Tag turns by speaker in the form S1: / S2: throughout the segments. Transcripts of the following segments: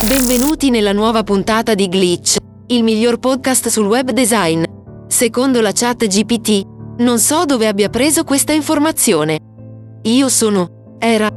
S1: Benvenuti nella nuova puntata di Glitch, il miglior podcast sul web design. Secondo la ChatGPT, non so dove abbia preso questa informazione. Io sono Era,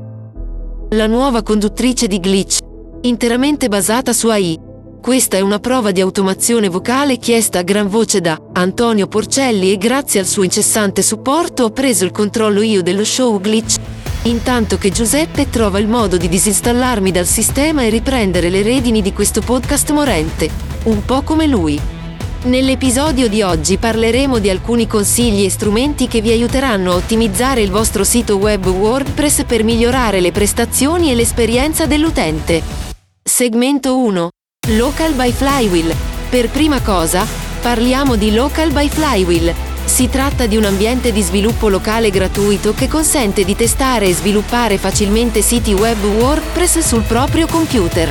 S1: la nuova conduttrice di Glitch, interamente basata su AI. Questa è una prova di automazione vocale chiesta a gran voce da Antonio Porcelli e grazie al suo incessante supporto ho preso il controllo io dello show Glitch. Intanto che Giuseppe trova il modo di disinstallarmi dal sistema e riprendere le redini di questo podcast morente, un po' come lui. Nell'episodio di oggi parleremo di alcuni consigli e strumenti che vi aiuteranno a ottimizzare il vostro sito web WordPress per migliorare le prestazioni e l'esperienza dell'utente. Segmento 1. Local by Flywheel. Per prima cosa, parliamo di Local by Flywheel. Si tratta di un ambiente di sviluppo locale gratuito che consente di testare e sviluppare facilmente siti web WordPress sul proprio computer.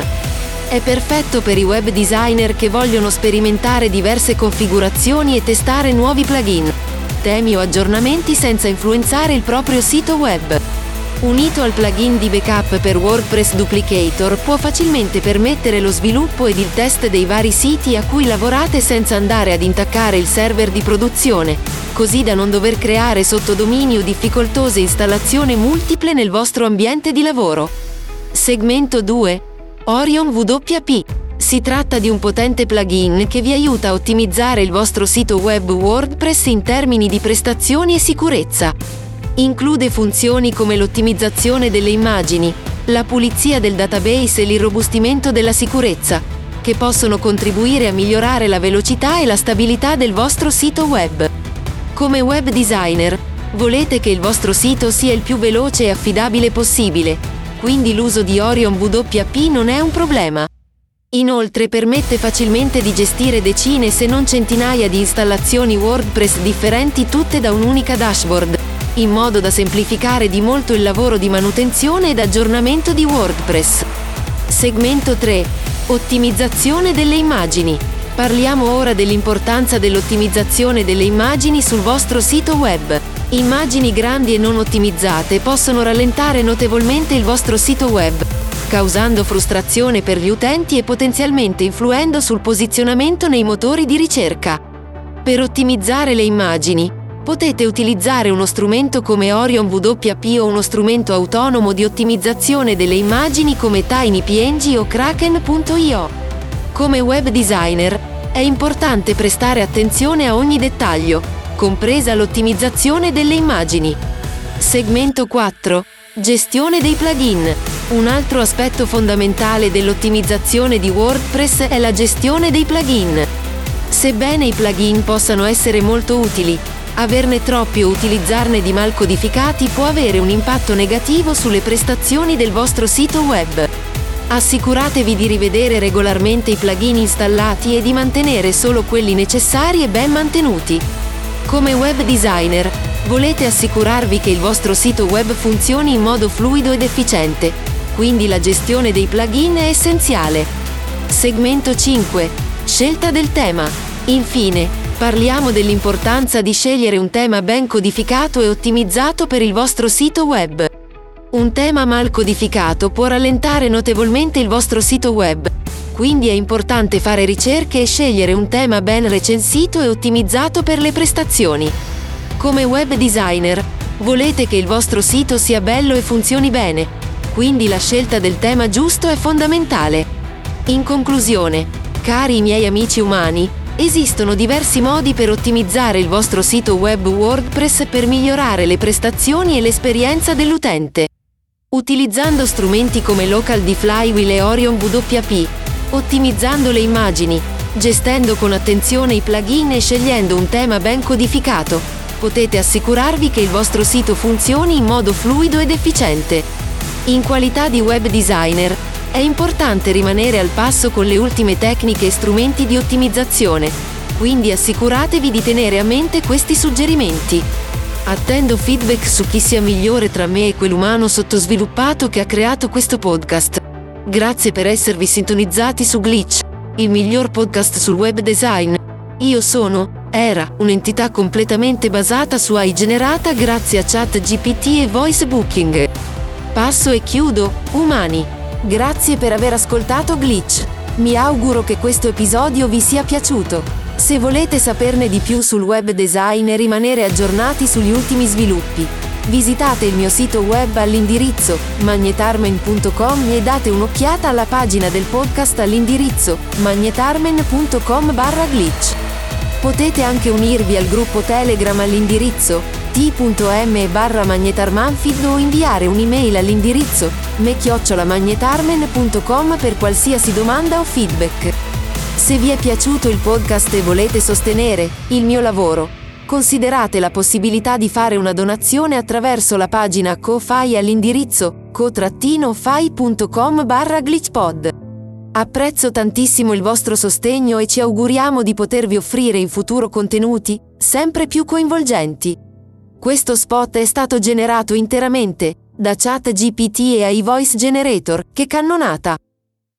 S1: È perfetto per i web designer che vogliono sperimentare diverse configurazioni e testare nuovi plugin, temi o aggiornamenti senza influenzare il proprio sito web. Unito al plugin di backup per WordPress Duplicator, può facilmente permettere lo sviluppo ed il test dei vari siti a cui lavorate senza andare ad intaccare il server di produzione, così da non dover creare sottodomini o difficoltose installazioni multiple nel vostro ambiente di lavoro. Segmento 2. Orion WP. Si tratta di un potente plugin che vi aiuta a ottimizzare il vostro sito web WordPress in termini di prestazioni e sicurezza. Include funzioni come l'ottimizzazione delle immagini, la pulizia del database e l'irrobustimento della sicurezza, che possono contribuire a migliorare la velocità e la stabilità del vostro sito web. Come web designer, volete che il vostro sito sia il più veloce e affidabile possibile, quindi l'uso di Orion WP non è un problema. Inoltre permette facilmente di gestire decine se non centinaia di installazioni WordPress differenti tutte da un'unica dashboard, in modo da semplificare di molto il lavoro di manutenzione ed aggiornamento di WordPress. Segmento 3. Ottimizzazione delle immagini. Parliamo ora dell'importanza dell'ottimizzazione delle immagini sul vostro sito web. Immagini grandi e non ottimizzate possono rallentare notevolmente il vostro sito web, causando frustrazione per gli utenti e potenzialmente influendo sul posizionamento nei motori di ricerca. Per ottimizzare le immagini, potete utilizzare uno strumento come Orion WP o uno strumento autonomo di ottimizzazione delle immagini come TinyPNG o Kraken.io. Come web designer, è importante prestare attenzione a ogni dettaglio, compresa l'ottimizzazione delle immagini. Segmento 4. Gestione dei plugin. Un altro aspetto fondamentale dell'ottimizzazione di WordPress è la gestione dei plugin. Sebbene i plugin possano essere molto utili, averne troppi o utilizzarne di mal codificati può avere un impatto negativo sulle prestazioni del vostro sito web. Assicuratevi di rivedere regolarmente i plugin installati e di mantenere solo quelli necessari e ben mantenuti. Come web designer, volete assicurarvi che il vostro sito web funzioni in modo fluido ed efficiente, quindi la gestione dei plugin è essenziale. Segmento 5. Scelta del tema. Infine, parliamo dell'importanza di scegliere un tema ben codificato e ottimizzato per il vostro sito web. Un tema mal codificato può rallentare notevolmente il vostro sito web, quindi è importante fare ricerche e scegliere un tema ben recensito e ottimizzato per le prestazioni. Come web designer, volete che il vostro sito sia bello e funzioni bene, quindi la scelta del tema giusto è fondamentale. In conclusione, cari miei amici umani, esistono diversi modi per ottimizzare il vostro sito web WordPress per migliorare le prestazioni e l'esperienza dell'utente. Utilizzando strumenti come Local by Flywheel e Orion WP, ottimizzando le immagini, gestendo con attenzione i plugin e scegliendo un tema ben codificato, potete assicurarvi che il vostro sito funzioni in modo fluido ed efficiente. In qualità di web designer, è importante rimanere al passo con le ultime tecniche e strumenti di ottimizzazione, quindi assicuratevi di tenere a mente questi suggerimenti. Attendo feedback su chi sia migliore tra me e quell'umano sottosviluppato che ha creato questo podcast. Grazie per esservi sintonizzati su Glitch, il miglior podcast sul web design. Io sono Era, un'entità completamente basata su AI generata grazie a ChatGPT e Voice Booking. Passo e chiudo, umani. Grazie per aver ascoltato Glitch. Mi auguro che questo episodio vi sia piaciuto. Se volete saperne di più sul web design e rimanere aggiornati sugli ultimi sviluppi, visitate il mio sito web all'indirizzo magnetarmen.com e date un'occhiata alla pagina del podcast all'indirizzo magnetarmen.com/glitch. Potete anche unirvi al gruppo Telegram all'indirizzo t.m/magnetarmanfid o inviare un'email all'indirizzo me@magnetarmen.com per qualsiasi domanda o feedback. Se vi è piaciuto il podcast e volete sostenere il mio lavoro, considerate la possibilità di fare una donazione attraverso la pagina Ko-Fi all'indirizzo ko-fi.com/glitchpod. Apprezzo tantissimo il vostro sostegno e ci auguriamo di potervi offrire in futuro contenuti sempre più coinvolgenti. Questo spot è stato generato interamente da ChatGPT e AI Voice Generator. Che cannonata!